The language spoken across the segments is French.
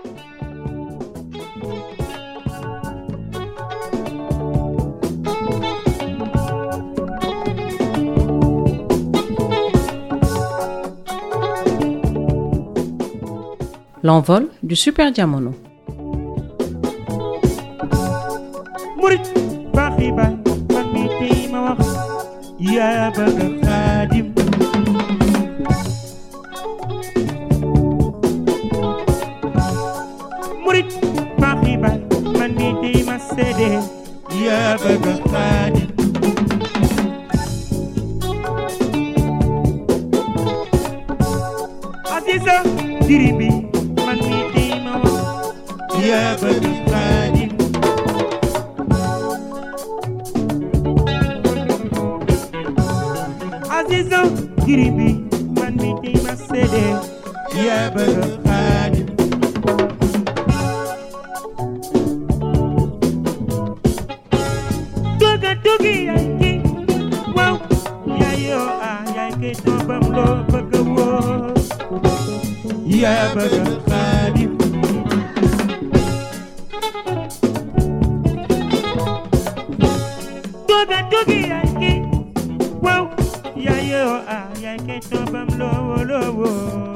L'envol du Super Diamono. Murit baxi bay man mi tey ma wax yaa bëgg Xaadim murit baxi bay man mi tey ma seede yaa bëgg Xaadim Aziza diribi man mi tey ma wax yaa bëgg Xaadim Aziza diribi man mi tey ma seede yaa bëgg Xaadim dogi yaay ki waaw yaay yoo yaay ki toobam loo bëgg woo yaa bëgg Xaadim dogi yaay ki waaw yaay yoo yaay ki toobam loo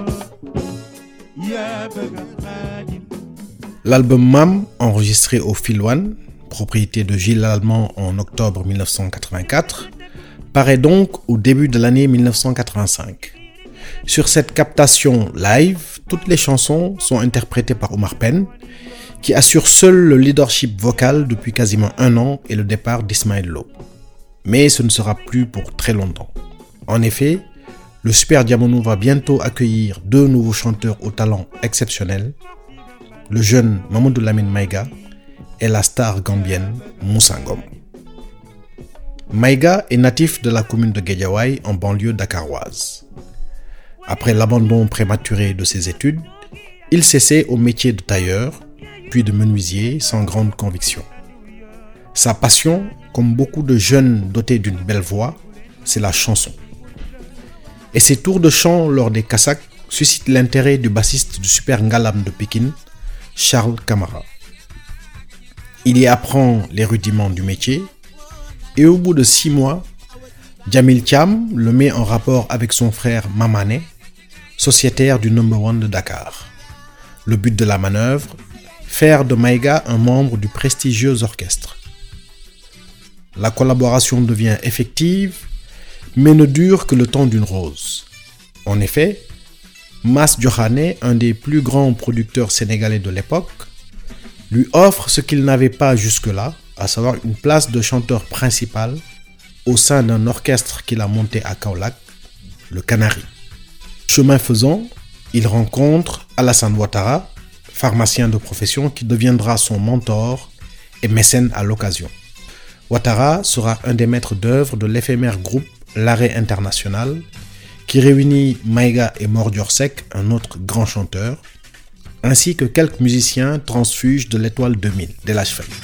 yaa bëgg Xaadim. L'album Mam, enregistré au Filwan, propriété de Gilles Lallemand en octobre 1984, paraît donc au début de l'année 1985. Sur cette captation live, toutes les chansons sont interprétées par Omar Pène, qui assure seul le leadership vocal depuis quasiment 1 an et le départ d'Ismaël Lo. Mais ce ne sera plus pour très longtemps. En effet, le Super Diamono va bientôt accueillir 2 nouveaux chanteurs au talent exceptionnel, le jeune Mamadou Lamine Maïga et la star gambienne Moussa Ngom. Maïga est natif de la commune de Guédiawaye en banlieue dakaroise. Après l'abandon prématuré de ses études, il s'essaie au métier de tailleur, puis de menuisier sans grande conviction. Sa passion, comme beaucoup de jeunes dotés d'une belle voix, c'est la chanson. Et ses tours de chant lors des Kassak suscitent l'intérêt du bassiste du Super Ngalam de Pékin, Charles Camara. Il y apprend les rudiments du métier et au bout de 6 mois, Jamil Thiam le met en rapport avec son frère Mamane, sociétaire du Number One de Dakar. Le but de la manœuvre, faire de Maïga un membre du prestigieux orchestre. La collaboration devient effective, mais ne dure que le temps d'une rose. En effet, Mas Diokhane, un des plus grands producteurs sénégalais de l'époque, lui offre ce qu'il n'avait pas jusque-là, à savoir une place de chanteur principal au sein d'un orchestre qu'il a monté à Kaolack, le Canari. Chemin faisant, il rencontre Alassane Ouattara, pharmacien de profession qui deviendra son mentor et mécène à l'occasion. Ouattara sera un des maîtres d'œuvre de l'éphémère groupe L'Arrêt International, qui réunit Maïga et Mor Dior Seck, un autre grand chanteur, ainsi que quelques musiciens transfuges de l'étoile 2000 d'El Hadj Faye.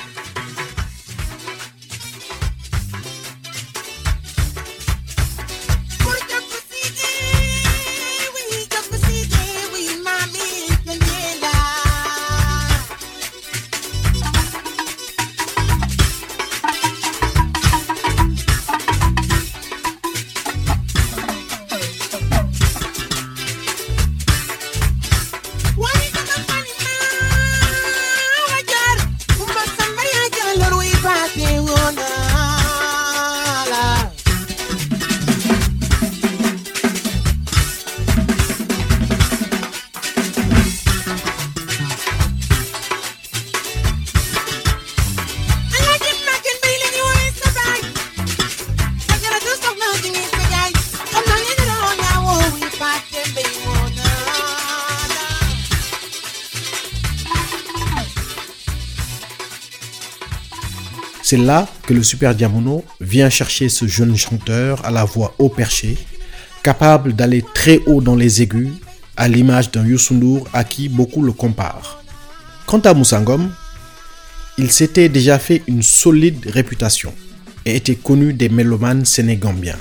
C'est là que le Super Diamono vient chercher ce jeune chanteur à la voix haut perchée, capable d'aller très haut dans les aigus, à l'image d'un Youssou N'Dour à qui beaucoup le comparent. Quant à Moussa Ngom, il s'était déjà fait une solide réputation et était connu des mélomanes sénégambiens.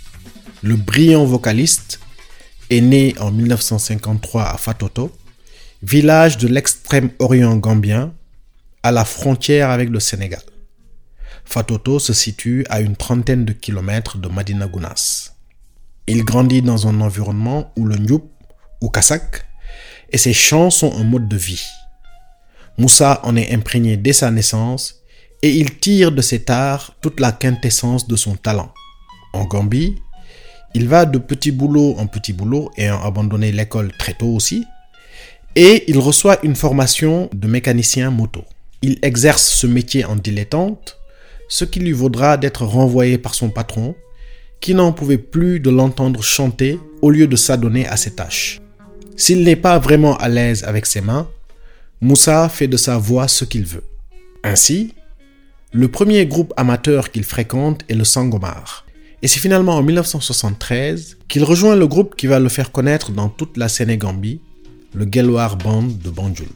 Le brillant vocaliste est né en 1953 à Fatoto. village de l'extrême-orient gambien, à la frontière avec le Sénégal. Fatoto se situe à une trentaine de kilomètres de Madina Gounass. Il grandit dans un environnement où le Ndioub ou Kassak et ses chants sont un mode de vie. Moussa en est imprégné dès sa naissance et il tire de cet art toute la quintessence de son talent. En Gambie, il va de petit boulot en petit boulot ayant abandonné l'école très tôt aussi et il reçoit une formation de mécanicien moto. Il exerce ce métier en dilettante, ce qui lui vaudra d'être renvoyé par son patron, qui n'en pouvait plus de l'entendre chanter au lieu de s'adonner à ses tâches. S'il n'est pas vraiment à l'aise avec ses mains, Moussa fait de sa voix ce qu'il veut. Ainsi, le premier groupe amateur qu'il fréquente est le Sangomar. Et c'est finalement en 1973 qu'il rejoint le groupe qui va le faire connaître dans toute la Sénégambie, le Gelwar Band de Banjul.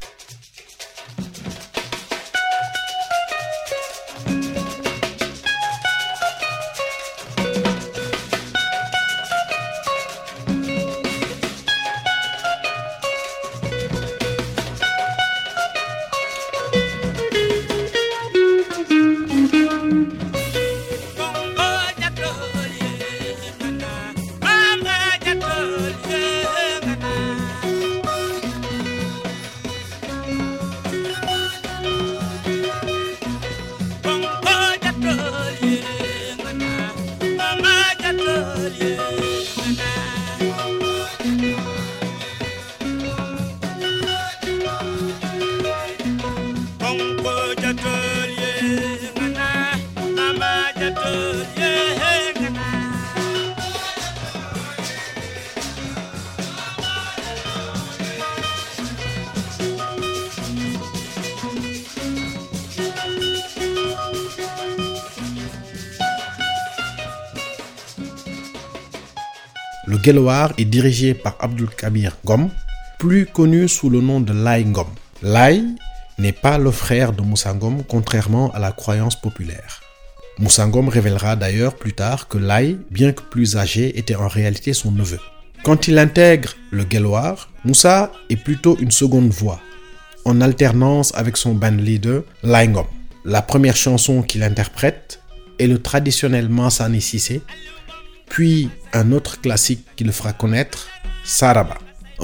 Le Gelwar est dirigé par Abdul Kabir Ngom, plus connu sous le nom de Laye Ngom. Laye n'est pas le frère de Moussa Ngom, contrairement à la croyance populaire. Moussa Ngom révélera d'ailleurs plus tard que Laye, bien que plus âgé, était en réalité son neveu. Quand il intègre le Gelwar, Moussa est plutôt une seconde voix, en alternance avec son bandleader Laye Ngom. La première chanson qu'il interprète est le traditionnel Mansani Cissé, puis un autre classique qui le fera connaître, Saraba. En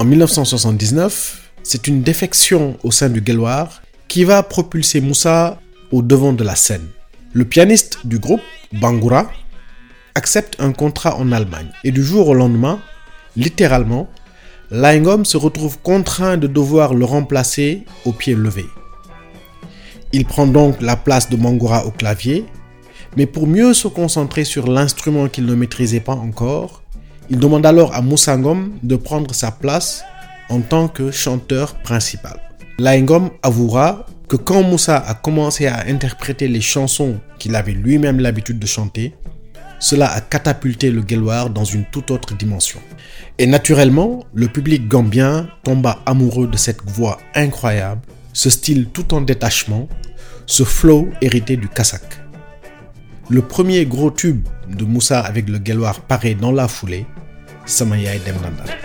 1979, c'est une défection au sein du Gelwar qui va propulser Moussa au devant de la scène. Le pianiste du groupe, Bangoura, accepte un contrat en Allemagne et du jour au lendemain, littéralement, Laye Ngom se retrouve contraint de devoir le remplacer au pied levé. Il prend donc la place de Bangoura au clavier, mais pour mieux se concentrer sur l'instrument qu'il ne maîtrisait pas encore, il demande alors à Moussa Ngom de prendre sa place en tant que chanteur principal. Laye Ngom avouera que quand Moussa a commencé à interpréter les chansons qu'il avait lui-même l'habitude de chanter, cela a catapulté le Gelwar dans une toute autre dimension. Et naturellement, le public gambien tomba amoureux de cette voix incroyable, ce style tout en détachement, ce flow hérité du Kassak. Le premier gros tube de Moussa avec le Gelwar paraît dans la foulée, Sama Yaay Dem na Ndar.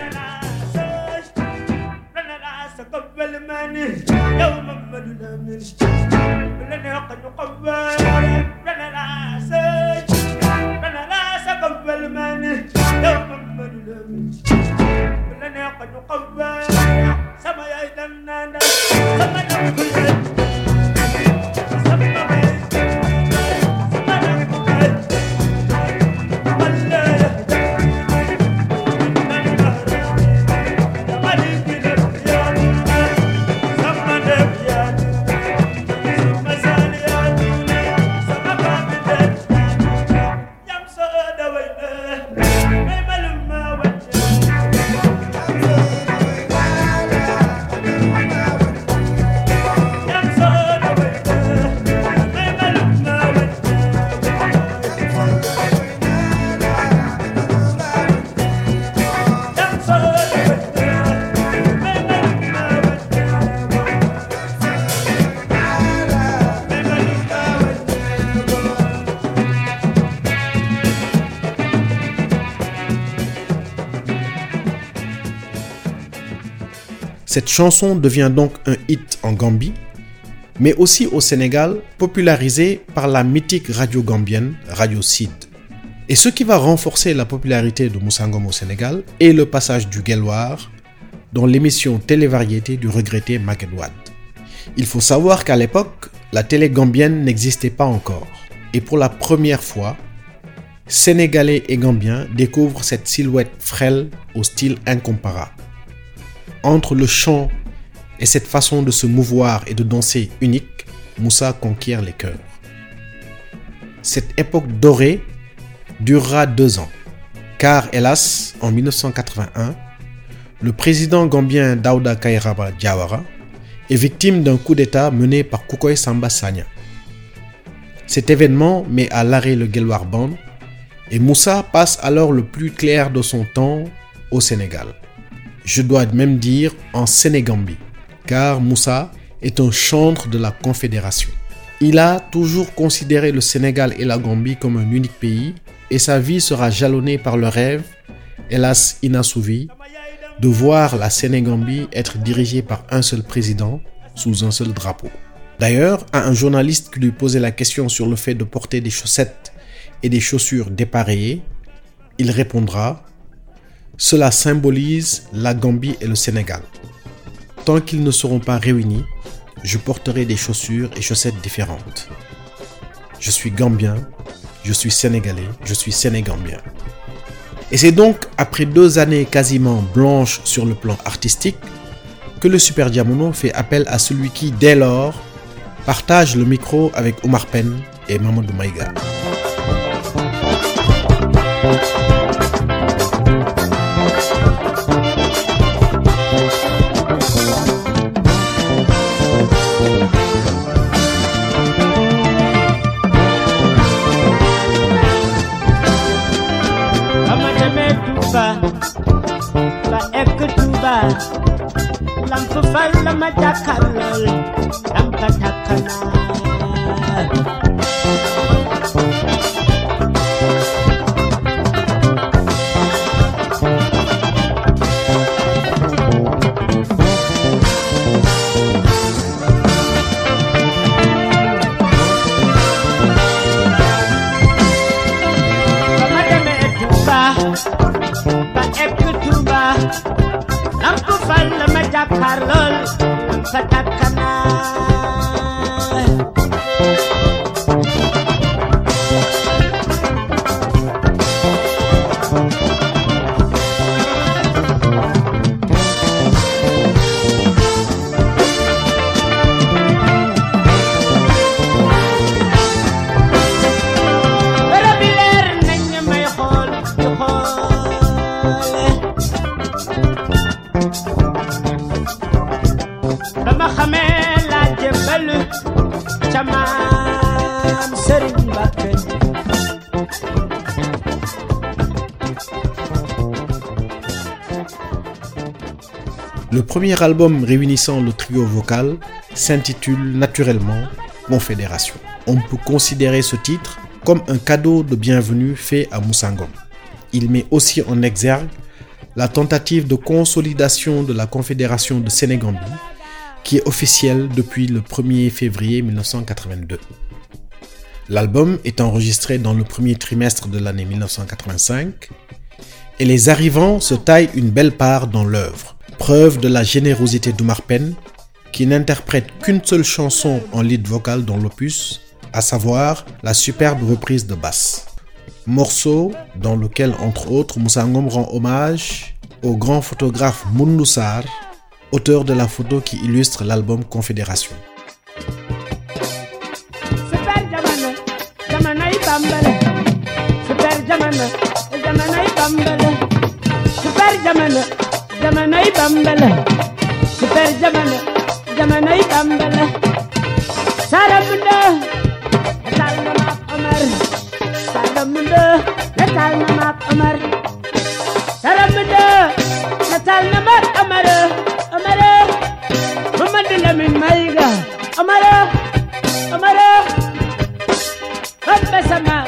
Cette chanson devient donc un hit en Gambie, mais aussi au Sénégal, popularisée par la mythique radio gambienne Radio Sid. Et ce qui va renforcer la popularité de Moussa Ngom au Sénégal est le passage du Guelwaar dans l'émission télé-variété du regretté Maguette Wade. Il faut savoir qu'à l'époque, la télé gambienne n'existait pas encore. Et pour la première fois, Sénégalais et Gambiens découvrent cette silhouette frêle au style incomparable. Entre le chant et cette façon de se mouvoir et de danser unique, Moussa conquiert les cœurs. Cette époque dorée durera 2 ans, car hélas, en 1981, le président gambien Daouda Kairaba Diawara est victime d'un coup d'État mené par Kukoy Samba Sagna. Cet événement met à l'arrêt le Guelwaar Band et Moussa passe alors le plus clair de son temps au Sénégal. Je dois même dire en Sénégambie, car Moussa est un chantre de la Confédération. Il a toujours considéré le Sénégal et la Gambie comme un unique pays et sa vie sera jalonnée par le rêve, hélas inassouvi, de voir la Sénégambie être dirigée par un seul président sous un seul drapeau. D'ailleurs, à un journaliste qui lui posait la question sur le fait de porter des chaussettes et des chaussures dépareillées, il répondra « Cela symbolise la Gambie et le Sénégal. Tant qu'ils ne seront pas réunis, je porterai des chaussures et chaussettes différentes. Je suis Gambien, je suis Sénégalais, je suis Sénégambien. » Et c'est donc après 2 années quasiment blanches sur le plan artistique que le Super Diamono fait appel à celui qui, dès lors, partage le micro avec Omar Pène et Mamadou Maïga. Le premier album réunissant le trio vocal s'intitule naturellement Confédération. On peut considérer ce titre comme un cadeau de bienvenue fait à Moussa Ngom. Il met aussi en exergue la tentative de consolidation de la Confédération de Sénégambie qui est officielle depuis le 1er février 1982. L'album est enregistré dans le premier trimestre de l'année 1985 et les arrivants se taillent une belle part dans l'œuvre. Preuve de la générosité d'Omar Pène, qui n'interprète qu'une seule chanson en lead vocal dans l'opus, à savoir la superbe reprise de basse. Morceau dans lequel, entre autres, Moussa Ngom rend hommage au grand photographe Moundou Sarr, auteur de la photo qui illustre l'album Confédération. Jamanay bambala, super jamanay bambala. Salamunda, natal na Omar. Salamunda, natal na Omar. Salamunda, natal na Omar. Omar, Muhammad Lamin Maiga. Omar, Rabba sama.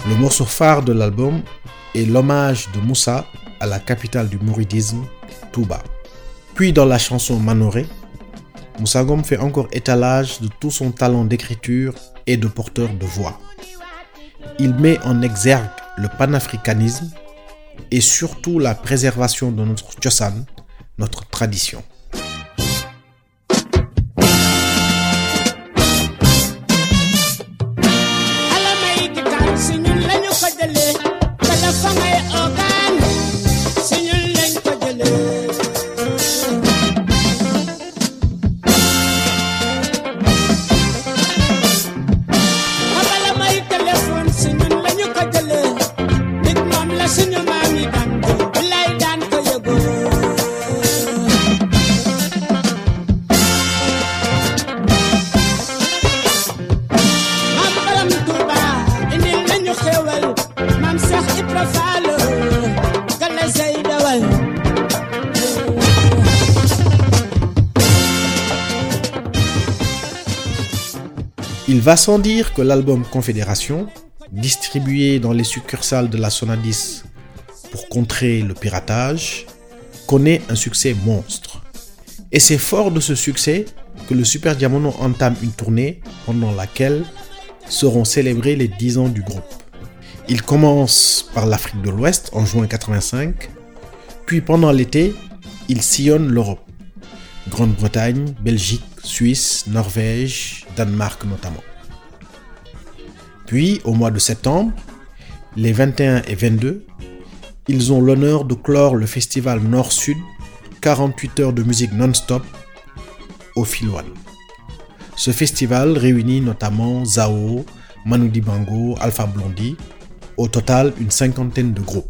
Le morceau phare de l'album est l'hommage de Moussa à la capitale du mouridisme, Touba. Puis dans la chanson Manoré, Moussa Ngom fait encore étalage de tout son talent d'écriture et de porteur de voix. Il met en exergue le panafricanisme et surtout la préservation de notre tchosan, notre tradition. Il va sans dire que l'album Confédération, distribué dans les succursales de la Sonadis pour contrer le piratage, connaît un succès monstre. Et c'est fort de ce succès que le Super Diamono entame une tournée pendant laquelle seront célébrés les 10 ans du groupe. Il commence par l'Afrique de l'Ouest en juin 85, puis pendant l'été, il sillonne l'Europe, Grande-Bretagne, Belgique, Suisse, Norvège, Danemark notamment. Puis, au mois de septembre, les 21 et 22, ils ont l'honneur de clore le festival Nord-Sud, 48 heures de musique non-stop, au Filwan. Ce festival réunit notamment Zao, Manu Dibango, Alpha Blondy, au total une 50aine de groupes.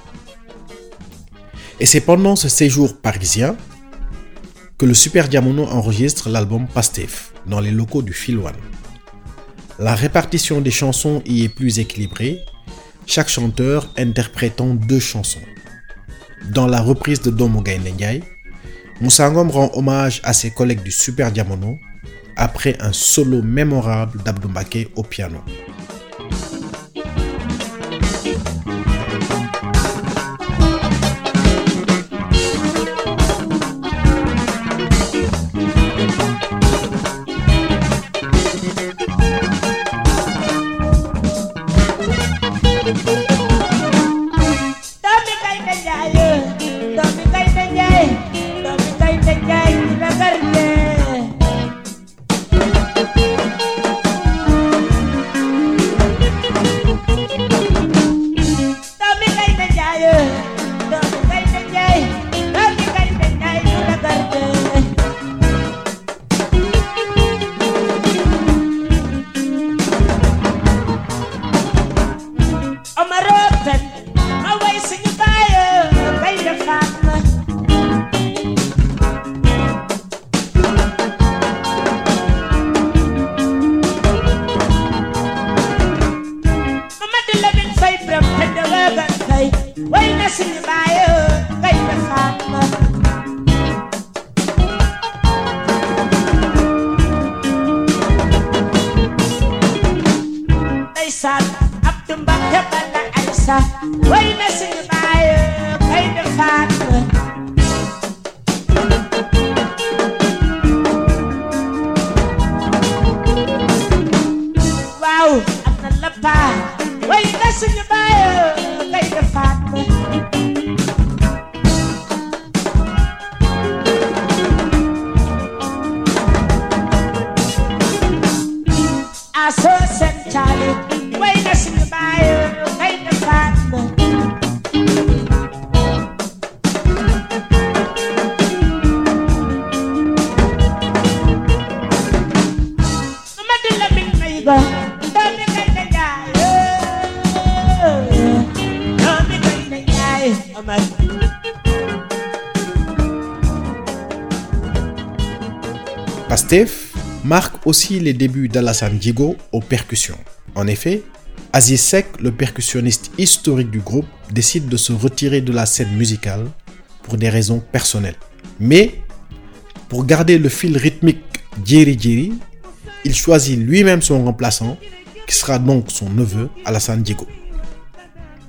Et c'est pendant ce séjour parisien que le Super Diamono enregistre l'album Pastef dans les locaux du Filwan. La répartition des chansons y est plus équilibrée, chaque chanteur interprétant 2 chansons. Dans la reprise de Domo Gaïndé Ndiaye, Moussa Ngom rend hommage à ses collègues du Super Diamono après un solo mémorable d'Abdou Mbaké au piano. Pastef marque aussi les débuts d'Alassane Djigo aux percussions. En effet, Aziz Seck, le percussionniste historique du groupe, décide de se retirer de la scène musicale pour des raisons personnelles. Mais, pour garder le fil rythmique Djeri il choisit lui-même son remplaçant, qui sera donc son neveu Alassane Djigo.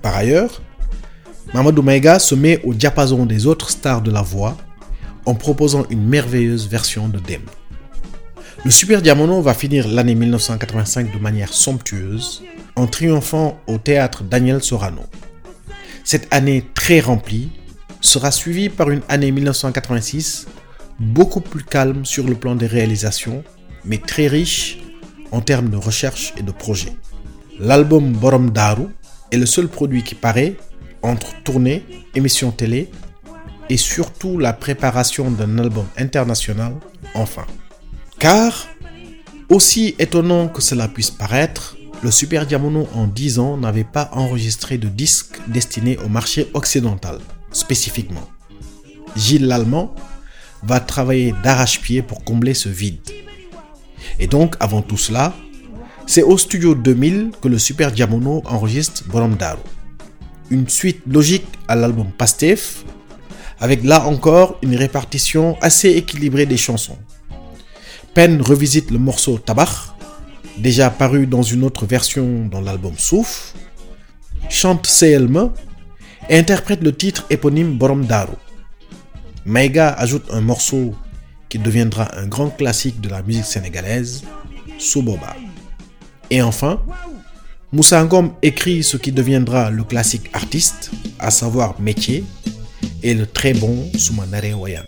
Par ailleurs, Mamadou Maïga se met au diapason des autres stars de la voix en proposant une merveilleuse version de Dem. Le Super Diamono va finir l'année 1985 de manière somptueuse en triomphant au théâtre Daniel Sorano. Cette année très remplie sera suivie par une année 1986 beaucoup plus calme sur le plan des réalisations, mais très riche en termes de recherche et de projets. L'album Borom Daru est le seul produit qui paraît entre tournées, émissions télé et surtout la préparation d'un album international enfin. Car, aussi étonnant que cela puisse paraître, le Super Diamono en 10 ans n'avait pas enregistré de disque destiné au marché occidental, spécifiquement. Gilles Lallemand va travailler d'arrache-pied pour combler ce vide. Et donc, avant tout cela, c'est au studio 2000 que le Super Diamono enregistre Borom Daru. Une suite logique à l'album Pastef, avec là encore une répartition assez équilibrée des chansons. Pen revisite le morceau Tabakh, déjà paru dans une autre version dans l'album Souf, chante CLM et interprète le titre éponyme Borom Daru. Maïga ajoute un morceau qui deviendra un grand classique de la musique sénégalaise, Souboba. Et enfin, Moussa Ngom écrit ce qui deviendra le classique artiste, à savoir Métier, et le très bon Soumanare Wayan.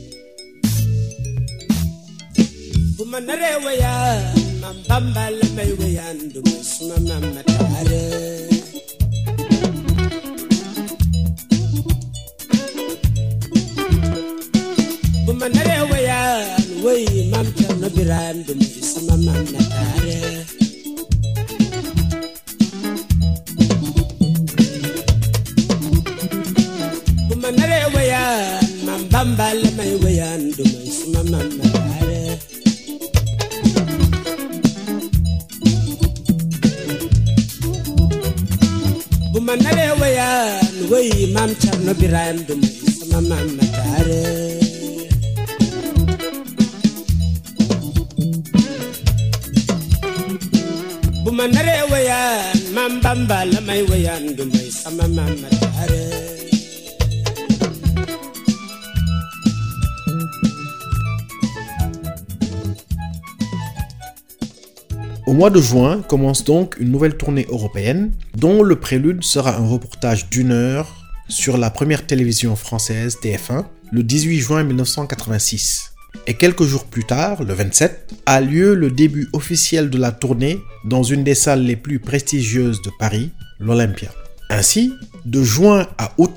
Au mois de juin commence donc une nouvelle tournée européenne dont le prélude sera un reportage d'1 heure sur la première télévision française TF1 le 18 juin 1986. Et quelques jours plus tard, le 27, a lieu le début officiel de la tournée dans une des salles les plus prestigieuses de Paris, l'Olympia. Ainsi, de juin à août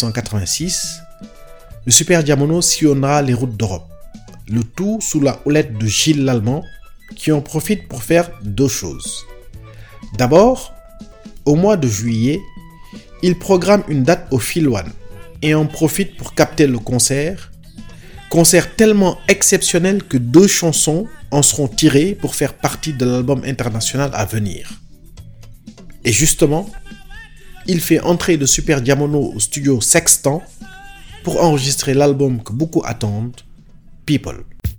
1986, le Super Diamono sillonnera les routes d'Europe, le tout sous la houlette de Gilles Lallemand, qui en profite pour faire deux choses. D'abord, au mois de juillet, il programme une date au Phil-One et en profite pour capter le concert tellement exceptionnel que 2 chansons en seront tirées pour faire partie de l'album international à venir. Et justement, il fait entrer le Super Diamono au studio Sextant pour enregistrer l'album que beaucoup attendent, People.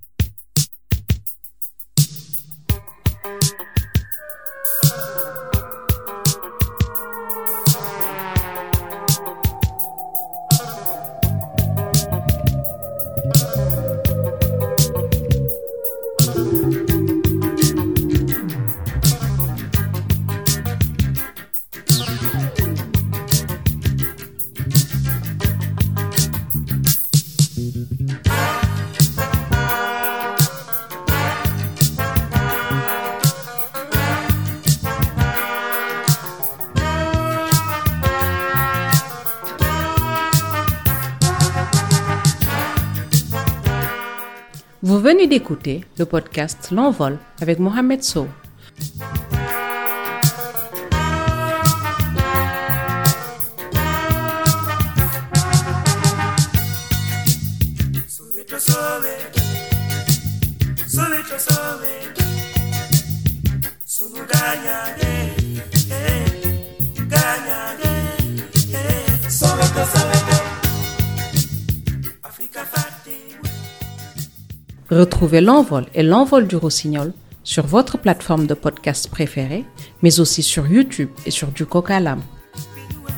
Vous venez d'écouter le podcast L'Envol avec Mohamed Sow. Retrouvez L'Envol et L'Envol du Rossignol sur votre plateforme de podcast préférée, mais aussi sur YouTube et sur Du Coq à l'âme.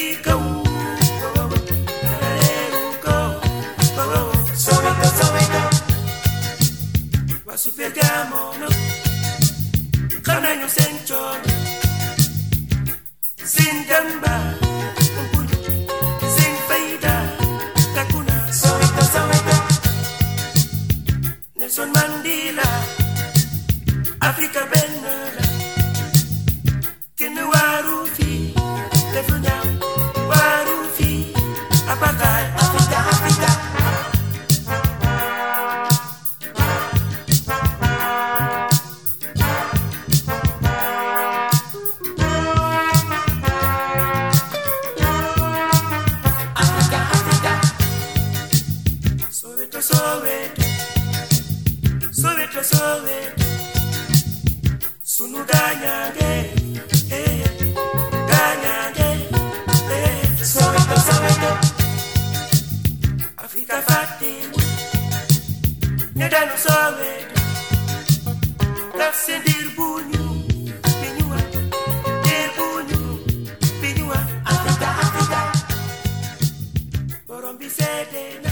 Africa. Supergamo, no. Kananyo senchon, sin gamba, sin faida, kakuna, saweta. Nelson Mandela, Africa benala, kene warufi, tefunya, warufi, apakai, Africa. Soweto, sunu ganyange, Soweto, Africa fatimu, nyedano Soweto, nafsendir bunyu, binyua, Africa, borombi sede.